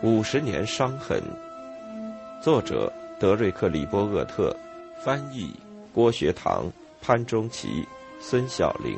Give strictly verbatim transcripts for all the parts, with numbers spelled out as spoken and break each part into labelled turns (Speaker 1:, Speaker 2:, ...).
Speaker 1: 五十年伤痕，作者德瑞克·里波厄特，翻译郭学堂、潘中奇、孙晓玲。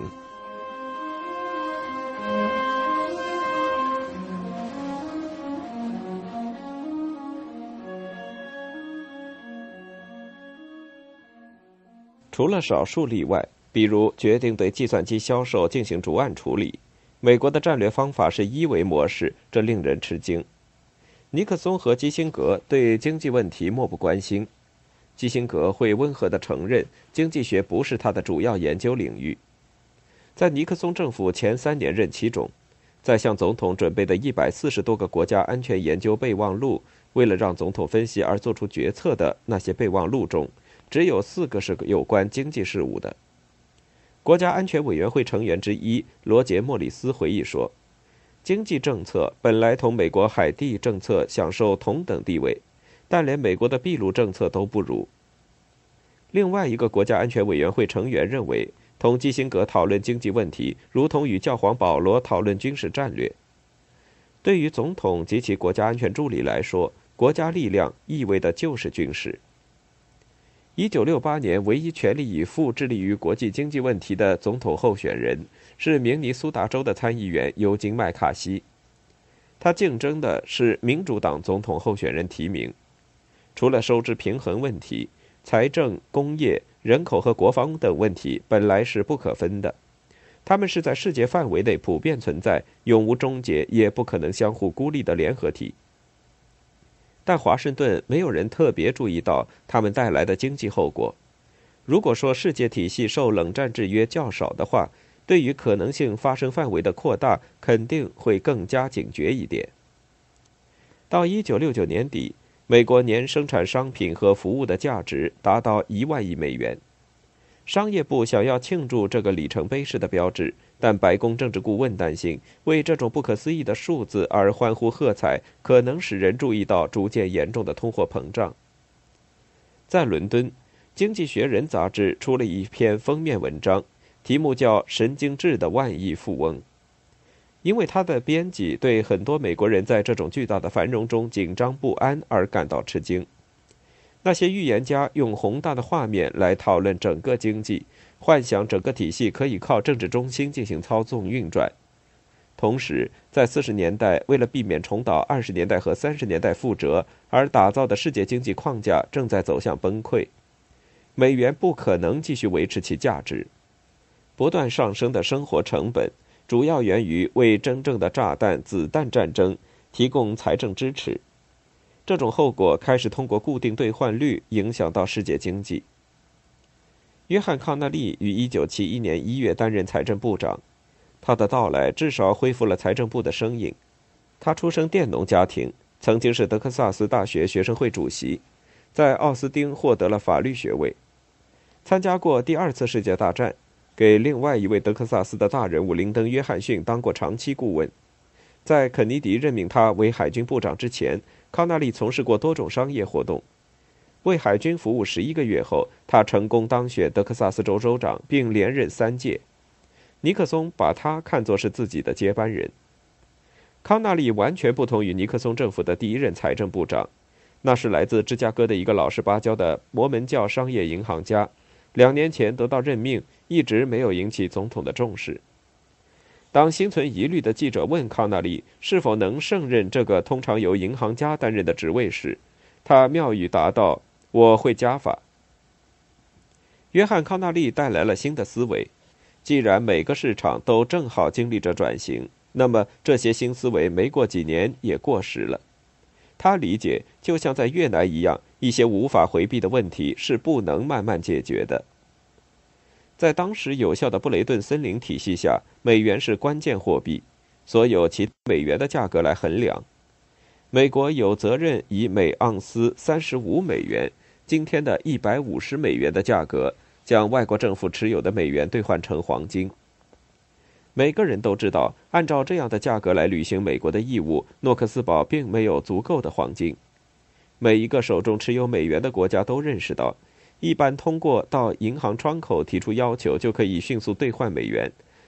Speaker 1: 除了少数例外，比如决定对计算机销售进行逐案处理，美国的战略方法是一维模式，这令人吃惊。尼克松和基辛格对经济问题漠不关心，基辛格会温和地承认经济学不是他的主要研究领域。在尼克松政府前三年任期中，在向总统准备的一百四十多个国家安全研究备忘录，为了让总统分析而做出决策的那些备忘录中，只有四个是有关经济事务的。国家安全委员会成员之一罗杰·莫里斯回忆说，经济政策本来同美国海地政策享受同等地位，但连美国的秘鲁政策都不如。另外一个国家安全委员会成员认为，同基辛格讨论经济问题，如同与教皇保罗讨论军事战略。对于总统及其国家安全助理来说，国家力量意味的就是军事。一九六八年，唯一全力以赴致力于国际经济问题的总统候选人是明尼苏达州的参议员尤金·麦卡锡。他竞争的是民主党总统候选人提名。除了收支平衡问题，财政、工业、人口和国防等问题本来是不可分的，他们是在世界范围内普遍存在、永无终结也不可能相互孤立的联合体。但华盛顿没有人特别注意到他们带来的经济后果。如果说世界体系受冷战制约较少的话，对于可能性发生范围的扩大，肯定会更加警觉一点。到一九六九年底，美国年生产商品和服务的价值达到一万亿美元。商业部想要庆祝这个里程碑式的标志，但白宫政治顾问担心，为这种不可思议的数字而欢呼喝彩，可能使人注意到逐渐严重的通货膨胀。在伦敦，《经济学人》杂志出了一篇封面文章，题目叫《神经质的万亿富翁》。因为他的编辑对很多美国人在这种巨大的繁荣中紧张不安而感到吃惊。那些预言家用宏大的画面来讨论整个经济，幻想整个体系可以靠政治中心进行操纵运转。同时，在四十年代为了避免重蹈二十年代和三十年代覆辙而打造的世界经济框架正在走向崩溃。美元不可能继续维持其价值。不断上升的生活成本主要源于为真正的炸弹、子弹战争提供财政支持。这种后果开始通过固定兑换率影响到世界经济。约翰·康纳利于一九七一年一月担任财政部长，他的到来至少恢复了财政部的声音。他出生佃农家庭，曾经是德克萨斯大学学生会主席，在奥斯汀获得了法律学位，参加过第二次世界大战，给另外一位德克萨斯的大人物林登·约翰逊当过长期顾问。在肯尼迪任命他为海军部长之前，康纳利从事过多种商业活动。为海军服务十一个月后，他成功当选德克萨斯州州长，并连任三届。尼克松把他看作是自己的接班人。康纳利完全不同于尼克松政府的第一任财政部长，那是来自芝加哥的一个老实巴交的摩门教商业银行家，两年前得到任命，一直没有引起总统的重视。当心存疑虑的记者问康纳利是否能胜任这个通常由银行家担任的职位时，他妙语答道：“我会加法。”约翰·康纳利带来了新的思维。既然每个市场都正好经历着转型，那么这些新思维没过几年也过时了。他理解，就像在越南一样，一些无法回避的问题是不能慢慢解决的。在当时有效的布雷顿森林体系下，美元是关键货币，所有其美元的价格来衡量。美国有责任以每盎司三十五美元，今天的一百五十美元的价格，将外国政府持有的美元兑换成黄金。每个人都知道，按照这样的价格来履行美国的义务，诺克斯堡并没有足够的黄金。每一个手中持有美元的国家都认识到，一般通过到银行窗口提出要求就可以迅速兑换美元，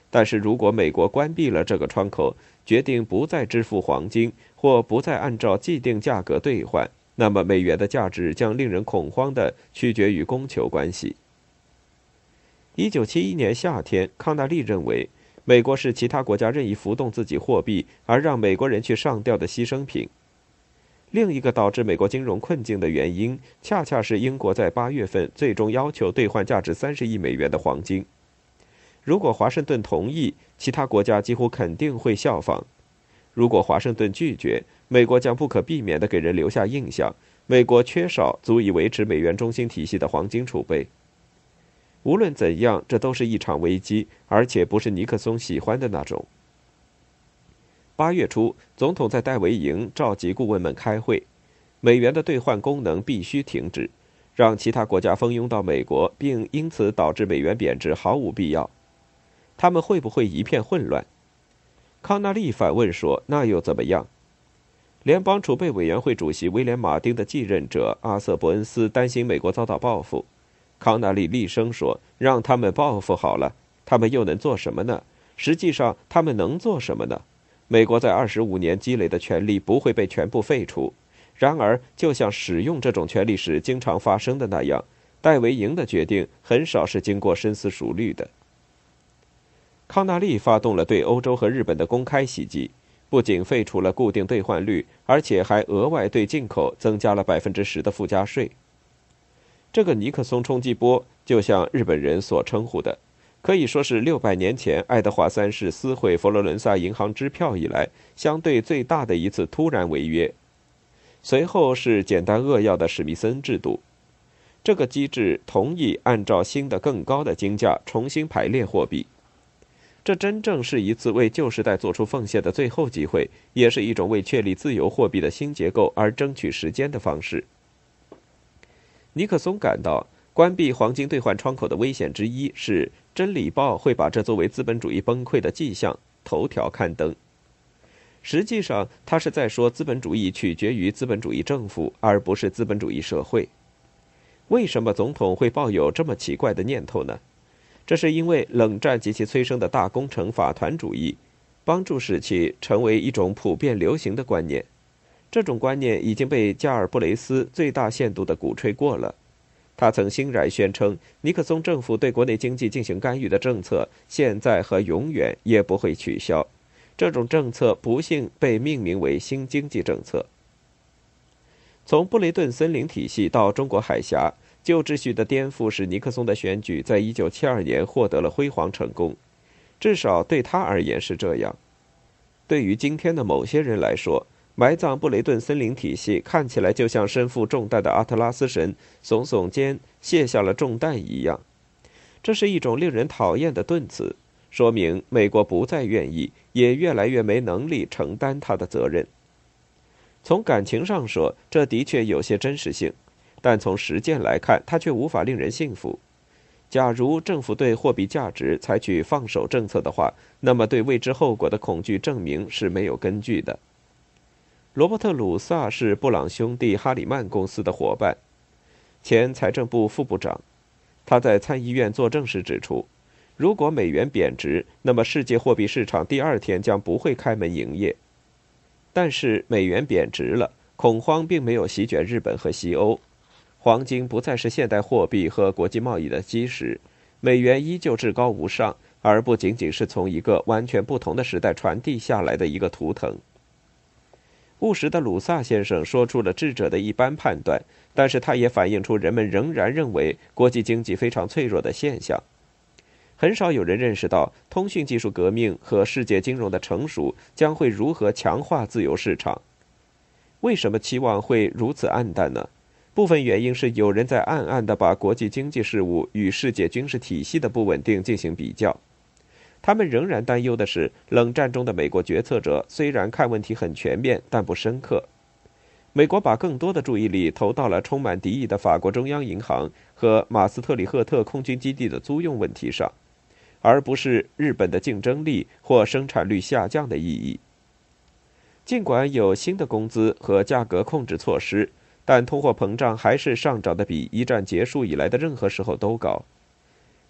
Speaker 1: 但是如果美国关闭了这个窗口，决定不再支付黄金或不再按照既定价格兑换，那么美元的价值将令人恐慌地取决于供求关系。一九七一年夏天，康纳利认为美国是其他国家任意浮动自己货币而让美国人去上吊的牺牲品。另一个导致美国金融困境的原因，恰恰是英国在八月份最终要求兑换价值三十亿美元的黄金。如果华盛顿同意，其他国家几乎肯定会效仿；如果华盛顿拒绝，美国将不可避免地给人留下印象，美国缺少足以维持美元中心体系的黄金储备。无论怎样，这都是一场危机，而且不是尼克松喜欢的那种。八月初，总统在戴维营召集顾问们开会，美元的兑换功能必须停止，让其他国家蜂拥到美国，并因此导致美元贬值毫无必要。他们会不会一片混乱？康纳利反问说：“那又怎么样？”联邦储备委员会主席威廉·马丁的继任者阿瑟·伯恩斯担心美国遭到报复。康纳利厉声说：“让他们报复好了，他们又能做什么呢？实际上，他们能做什么呢？美国在二十五年积累的权力不会被全部废除。然而，就像使用这种权力时经常发生的那样，戴维营的决定很少是经过深思熟虑的。”康纳利发动了对欧洲和日本的公开袭击，不仅废除了固定兑换率，而且还额外对进口增加了百分之十的附加税。这个尼克松冲击波，就像日本人所称呼的，可以说是六百年前爱德华三世撕毁佛罗伦萨银行支票以来相对最大的一次突然违约。随后是简单扼要的史密森制度，这个机制同意按照新的更高的金价重新排列货币。这真正是一次为旧时代做出奉献的最后机会，也是一种为确立自由货币的新结构而争取时间的方式。尼克松感到，关闭黄金兑换窗口的危险之一是《真理报》会把这作为资本主义崩溃的迹象头条刊登。实际上，他是在说资本主义取决于资本主义政府，而不是资本主义社会。为什么总统会抱有这么奇怪的念头呢？这是因为冷战及其催生的大工程法团主义，帮助使其成为一种普遍流行的观念。这种观念已经被加尔布雷斯最大限度地鼓吹过了。他曾欣然宣称，尼克松政府对国内经济进行干预的政策，现在和永远也不会取消。这种政策不幸被命名为新经济政策。从布雷顿森林体系到中国海峡，旧秩序的颠覆使尼克松的选举在一九七二年获得了辉煌成功，至少对他而言是这样。对于今天的某些人来说，埋葬布雷顿森林体系看起来就像身负重担的阿特拉斯神耸耸肩卸下了重担一样。这是一种令人讨厌的顿词，说明美国不再愿意，也越来越没能力承担他的责任。从感情上说，这的确有些真实性，但从实践来看，它却无法令人信服。假如政府对货币价值采取放手政策的话，那么对未知后果的恐惧证明是没有根据的。罗伯特·鲁萨是布朗兄弟哈里曼公司的伙伴，前财政部副部长。他在参议院作证时指出，如果美元贬值，那么世界货币市场第二天将不会开门营业。但是美元贬值了，恐慌并没有席卷日本和西欧，黄金不再是现代货币和国际贸易的基石，美元依旧至高无上，而不仅仅是从一个完全不同的时代传递下来的一个图腾。务实的鲁萨先生说出了智者的一般判断，但是他也反映出人们仍然认为国际经济非常脆弱的现象。很少有人认识到通讯技术革命和世界金融的成熟将会如何强化自由市场。为什么期望会如此暗淡呢？部分原因是有人在暗暗地把国际经济事务与世界军事体系的不稳定进行比较。他们仍然担忧的是，冷战中的美国决策者虽然看问题很全面，但不深刻。美国把更多的注意力投到了充满敌意的法国中央银行和马斯特里赫特空军基地的租用问题上，而不是日本的竞争力或生产率下降的意义。尽管有新的工资和价格控制措施，但通货膨胀还是上涨的比一战结束以来的任何时候都高。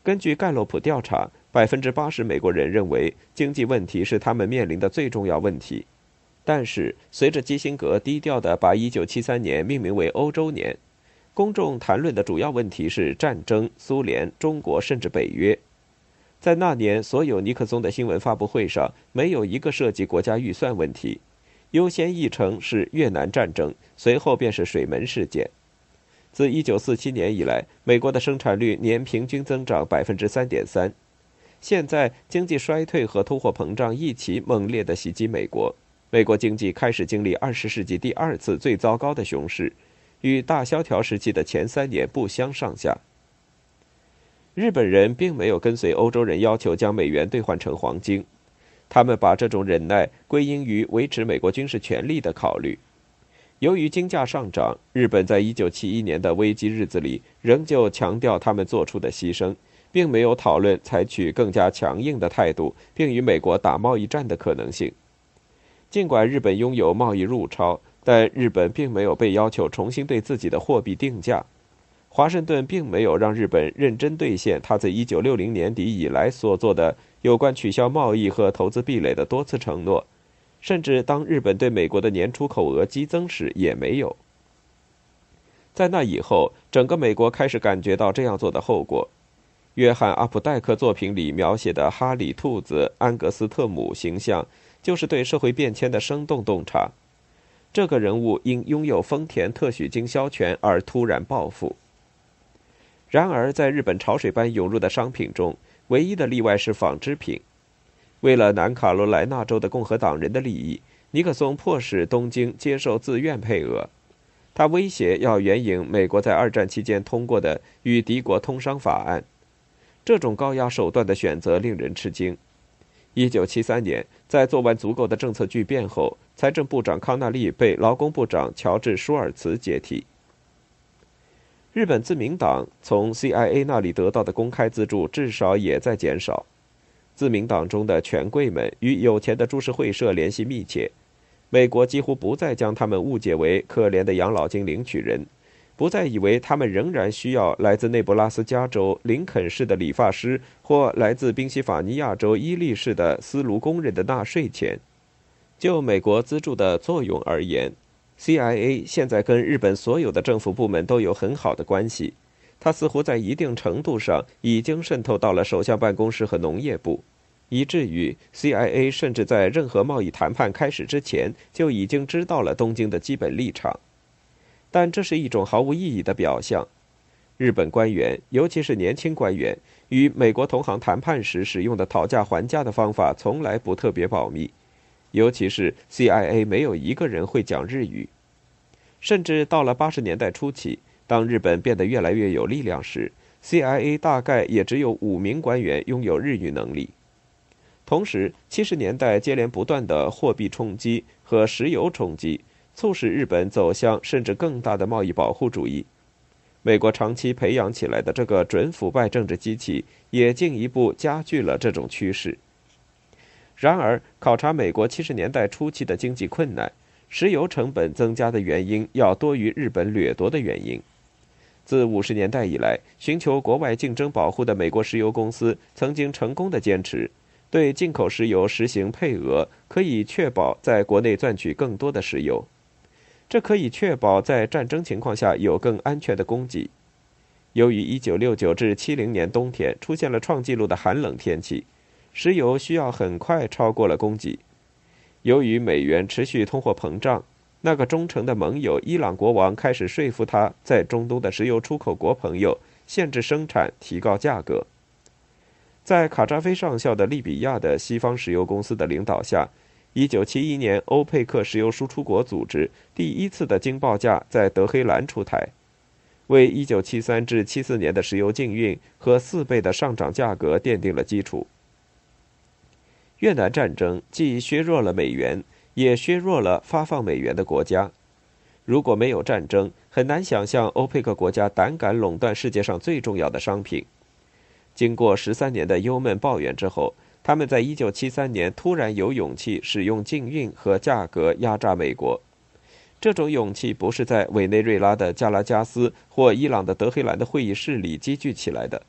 Speaker 1: 根据盖洛普调查，百分之八十美国人认为经济问题是他们面临的最重要问题。但是，随着基辛格低调地把一九七三年命名为欧洲年，公众谈论的主要问题是战争、苏联、中国甚至北约。在那年所有尼克松的新闻发布会上，没有一个涉及国家预算问题，优先议程是越南战争，随后便是水门事件。自一九四七年以来，美国的生产率年平均增长 百分之三点三。现在经济衰退和通货膨胀一起猛烈地袭击美国，美国经济开始经历二十世纪第二次最糟糕的熊市，与大萧条时期的前三年不相上下。日本人并没有跟随欧洲人要求将美元兑换成黄金，他们把这种忍耐归因于维持美国军事权力的考虑。由于金价上涨，日本在一九七一年的危机日子里仍旧强调他们做出的牺牲，并没有讨论采取更加强硬的态度并与美国打贸易战的可能性。尽管日本拥有贸易入超，但日本并没有被要求重新对自己的货币定价。华盛顿并没有让日本认真兑现他自一九六零年底以来所做的有关取消贸易和投资壁垒的多次承诺，甚至当日本对美国的年出口额激增时也没有。在那以后，整个美国开始感觉到这样做的后果。约翰·阿普戴克作品里描写的哈里兔子安格斯特姆形象，就是对社会变迁的生动洞察。这个人物因拥有丰田特许经销权而突然暴富。然而，在日本潮水般涌入的商品中，唯一的例外是纺织品。为了南卡罗来纳州的共和党人的利益，尼克松迫使东京接受自愿配额。他威胁要援引美国在二战期间通过的与敌国通商法案。这种高压手段的选择令人吃惊。一九七三年，在做完足够的政策巨变后，财政部长康纳利被劳工部长乔治·舒尔茨接替。日本自民党从 C I A 那里得到的公开资助至少也在减少。自民党中的权贵们与有钱的株式会社联系密切，美国几乎不再将他们误解为可怜的养老金领取人，不再以为他们仍然需要来自内布拉斯加州林肯市的理发师或来自宾夕法尼亚州伊利市的丝炉工人的纳税钱。就美国资助的作用而言， C I A 现在跟日本所有的政府部门都有很好的关系，它似乎在一定程度上已经渗透到了首相办公室和农业部，以至于 C I A 甚至在任何贸易谈判开始之前就已经知道了东京的基本立场。但这是一种毫无意义的表象。日本官员，尤其是年轻官员，与美国同行谈判时使用的讨价还价的方法从来不特别保密，尤其是 C I A 没有一个人会讲日语。甚至到了八十年代初期，当日本变得越来越有力量时， C I A 大概也只有五名官员拥有日语能力。同时，七十年代接连不断的货币冲击和石油冲击，促使日本走向甚至更大的贸易保护主义。美国长期培养起来的这个准腐败政治机器，也进一步加剧了这种趋势。然而，考察美国七十年代初期的经济困难，石油成本增加的原因要多于日本掠夺的原因。自五十年代以来，寻求国外竞争保护的美国石油公司曾经成功的坚持，对进口石油实行配额，可以确保在国内赚取更多的石油。这可以确保在战争情况下有更安全的供给。由于一九六九至七零年冬天出现了创纪录的寒冷天气，石油需要很快超过了供给。由于美元持续通货膨胀，那个忠诚的盟友伊朗国王开始说服他在中东的石油出口国朋友限制生产，提高价格。在卡扎菲上校的利比亚的西方石油公司的领导下，一九七一年欧佩克石油输出国组织第一次的经报价在德黑兰出台，为一九七三至七四年的石油禁运和四倍的上涨价格奠定了基础。越南战争既削弱了美元，也削弱了发放美元的国家。如果没有战争，很难想象欧佩克国家胆敢垄断世界上最重要的商品。经过十三年的忧闷抱怨之后，他们在一九七三年突然有勇气使用禁运和价格压榨美国。这种勇气不是在委内瑞拉的加拉加斯或伊朗的德黑兰的会议室里积聚起来的，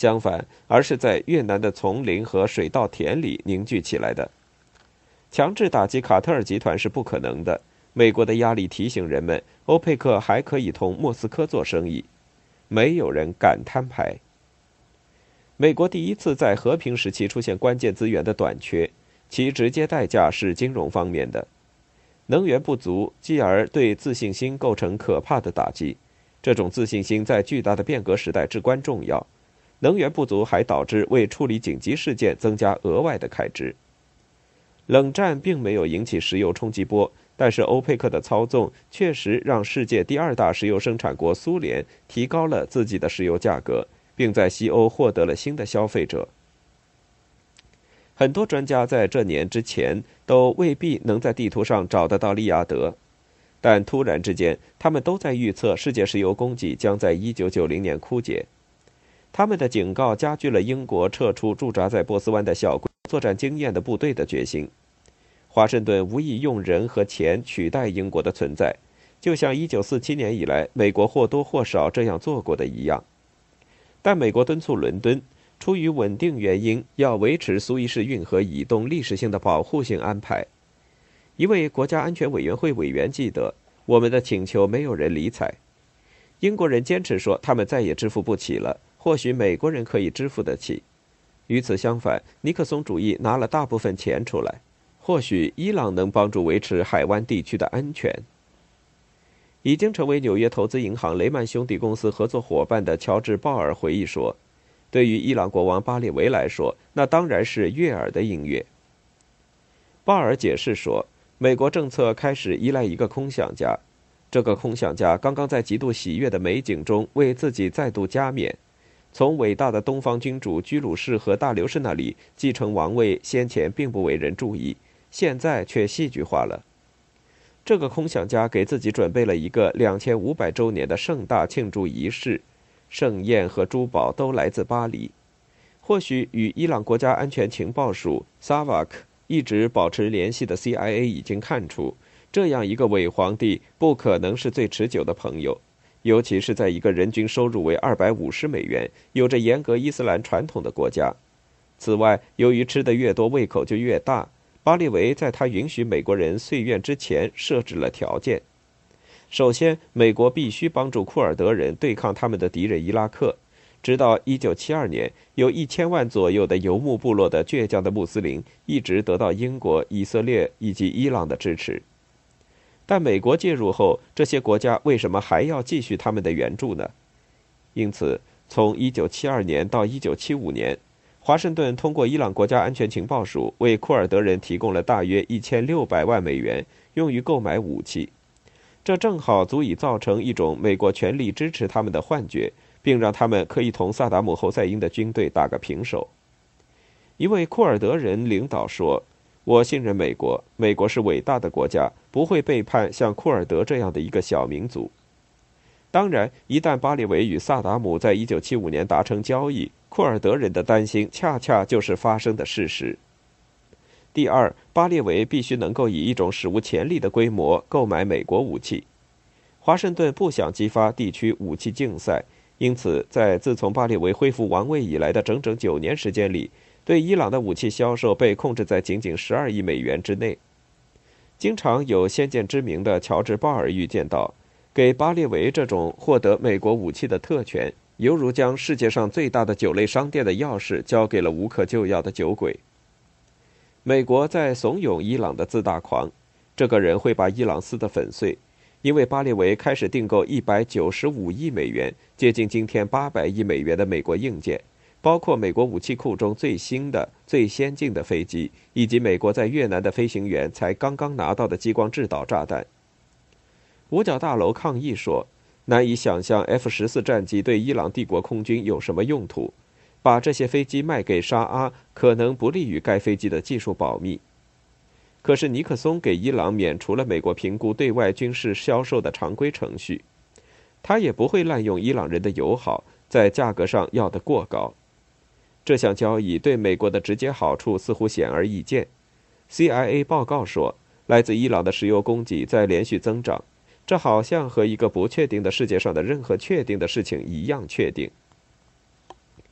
Speaker 1: 相反，而是在越南的丛林和水稻田里凝聚起来的。强制打击卡特尔集团是不可能的。美国的压力提醒人们，欧佩克还可以同莫斯科做生意，没有人敢摊牌。美国第一次在和平时期出现关键资源的短缺，其直接代价是金融方面的。能源不足，继而对自信心构成可怕的打击。这种自信心在巨大的变革时代至关重要。能源不足还导致为处理紧急事件增加额外的开支。冷战并没有引起石油冲击波，但是欧佩克的操纵确实让世界第二大石油生产国苏联提高了自己的石油价格，并在西欧获得了新的消费者。很多专家在这年之前都未必能在地图上找得到利雅得，但突然之间，他们都在预测世界石油供给将在一九九零年枯竭。他们的警告加剧了英国撤出驻扎在波斯湾的小规模作战经验的部队的决心。华盛顿无意用人和钱取代英国的存在，就像一九四七年以来美国或多或少这样做过的一样。但美国敦促伦敦，出于稳定原因，要维持苏伊士运河以东历史性的保护性安排。一位国家安全委员会委员记得，我们的请求没有人理睬。英国人坚持说他们再也支付不起了，或许美国人可以支付得起。与此相反，尼克松主义拿了大部分钱出来，或许伊朗能帮助维持海湾地区的安全。已经成为纽约投资银行雷曼兄弟公司合作伙伴的乔治·鲍尔回忆说，对于伊朗国王巴列维来说，那当然是悦耳的音乐。鲍尔解释说，美国政策开始依赖一个空想家，这个空想家刚刚在极度喜悦的美景中为自己再度加冕，从伟大的东方君主居鲁士和大流士那里继承王位，先前并不为人注意，现在却戏剧化了。这个空想家给自己准备了一个两千五百周年的盛大庆祝仪式，盛宴和珠宝都来自巴黎。或许与伊朗国家安全情报署 S A V A K 一直保持联系的 C I A 已经看出，这样一个伪皇帝不可能是最持久的朋友，尤其是在一个人均收入为二百五十美元、有着严格伊斯兰传统的国家。此外，由于吃得越多，胃口就越大，巴列维在他允许美国人岁愿之前设置了条件。首先，美国必须帮助库尔德人对抗他们的敌人伊拉克。直到一九七二年，有一千万左右的游牧部落的倔强的穆斯林一直得到英国、以色列以及伊朗的支持。但美国介入后，这些国家为什么还要继续他们的援助呢？因此，从一九七二年到一九七五年，华盛顿通过伊朗国家安全情报署为库尔德人提供了大约一千六百万美元，用于购买武器。这正好足以造成一种美国全力支持他们的幻觉，并让他们可以同萨达姆·侯赛因的军队打个平手。一位库尔德人领导说，我信任美国，美国是伟大的国家，不会背叛像库尔德这样的一个小民族。当然，一旦巴列维与萨达姆在一九七五年达成交易，库尔德人的担心恰恰就是发生的事实。第二，巴列维必须能够以一种史无前例的规模购买美国武器。华盛顿不想激发地区武器竞赛，因此在自从巴列维恢复王位以来的整整九年时间里，对伊朗的武器销售被控制在仅仅十二亿美元之内。经常有先见之明的乔治·鲍尔预见到，给巴列维这种获得美国武器的特权，犹如将世界上最大的酒类商店的钥匙交给了无可救药的酒鬼。美国在怂恿伊朗的自大狂，这个人会把伊朗撕得粉碎，因为巴列维开始订购一百九十五亿美元，接近今天八百亿美元的美国硬件，包括美国武器库中最新的、最先进的飞机，以及美国在越南的飞行员才刚刚拿到的激光制导炸弹。五角大楼抗议说，难以想象 F 十四 战机对伊朗帝国空军有什么用途，把这些飞机卖给沙阿可能不利于该飞机的技术保密。可是尼克松给伊朗免除了美国评估对外军事销售的常规程序，他也不会滥用伊朗人的友好，在价格上要得过高。这项交易对美国的直接好处似乎显而易见。C I A 报告说，来自伊朗的石油供给在连续增长，这好像和一个不确定的世界上的任何确定的事情一样确定。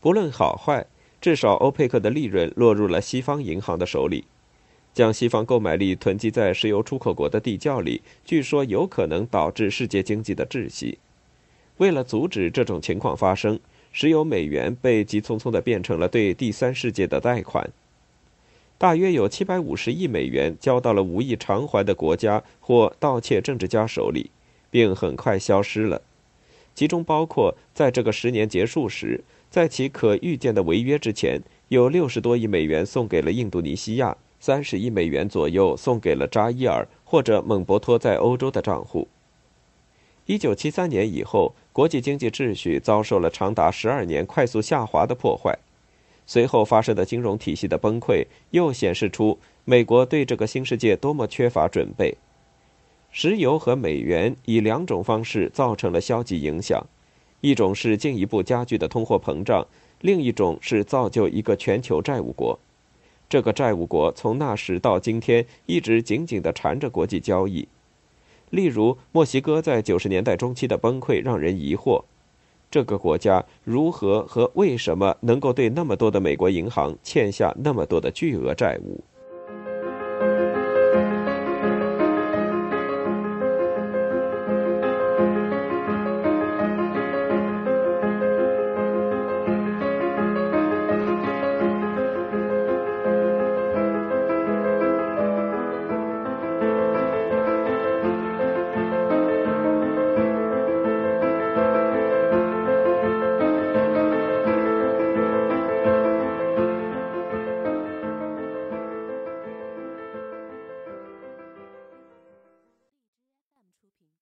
Speaker 1: 不论好坏，至少欧佩克的利润落入了西方银行的手里。将西方购买力囤积在石油出口国的地窖里，据说有可能导致世界经济的窒息。为了阻止这种情况发生，石油美元被急匆匆地变成了对第三世界的贷款。大约有七百五十亿美元交到了无意偿还的国家或盗窃政治家手里，并很快消失了。其中包括在这个十年结束时，在其可预见的违约之前，有六十多亿美元送给了印度尼西亚，三十亿美元左右送给了扎伊尔或者蒙博托在欧洲的账户。一九七三年以后，国际经济秩序遭受了长达十二年快速下滑的破坏。随后发生的金融体系的崩溃，又显示出美国对这个新世界多么缺乏准备。石油和美元以两种方式造成了消极影响，一种是进一步加剧的通货膨胀，另一种是造就一个全球债务国。这个债务国从那时到今天一直紧紧地缠着国际交易。例如，墨西哥在九十年代中期的崩溃让人疑惑，这个国家如何和为什么能够对那么多的美国银行欠下那么多的巨额债务？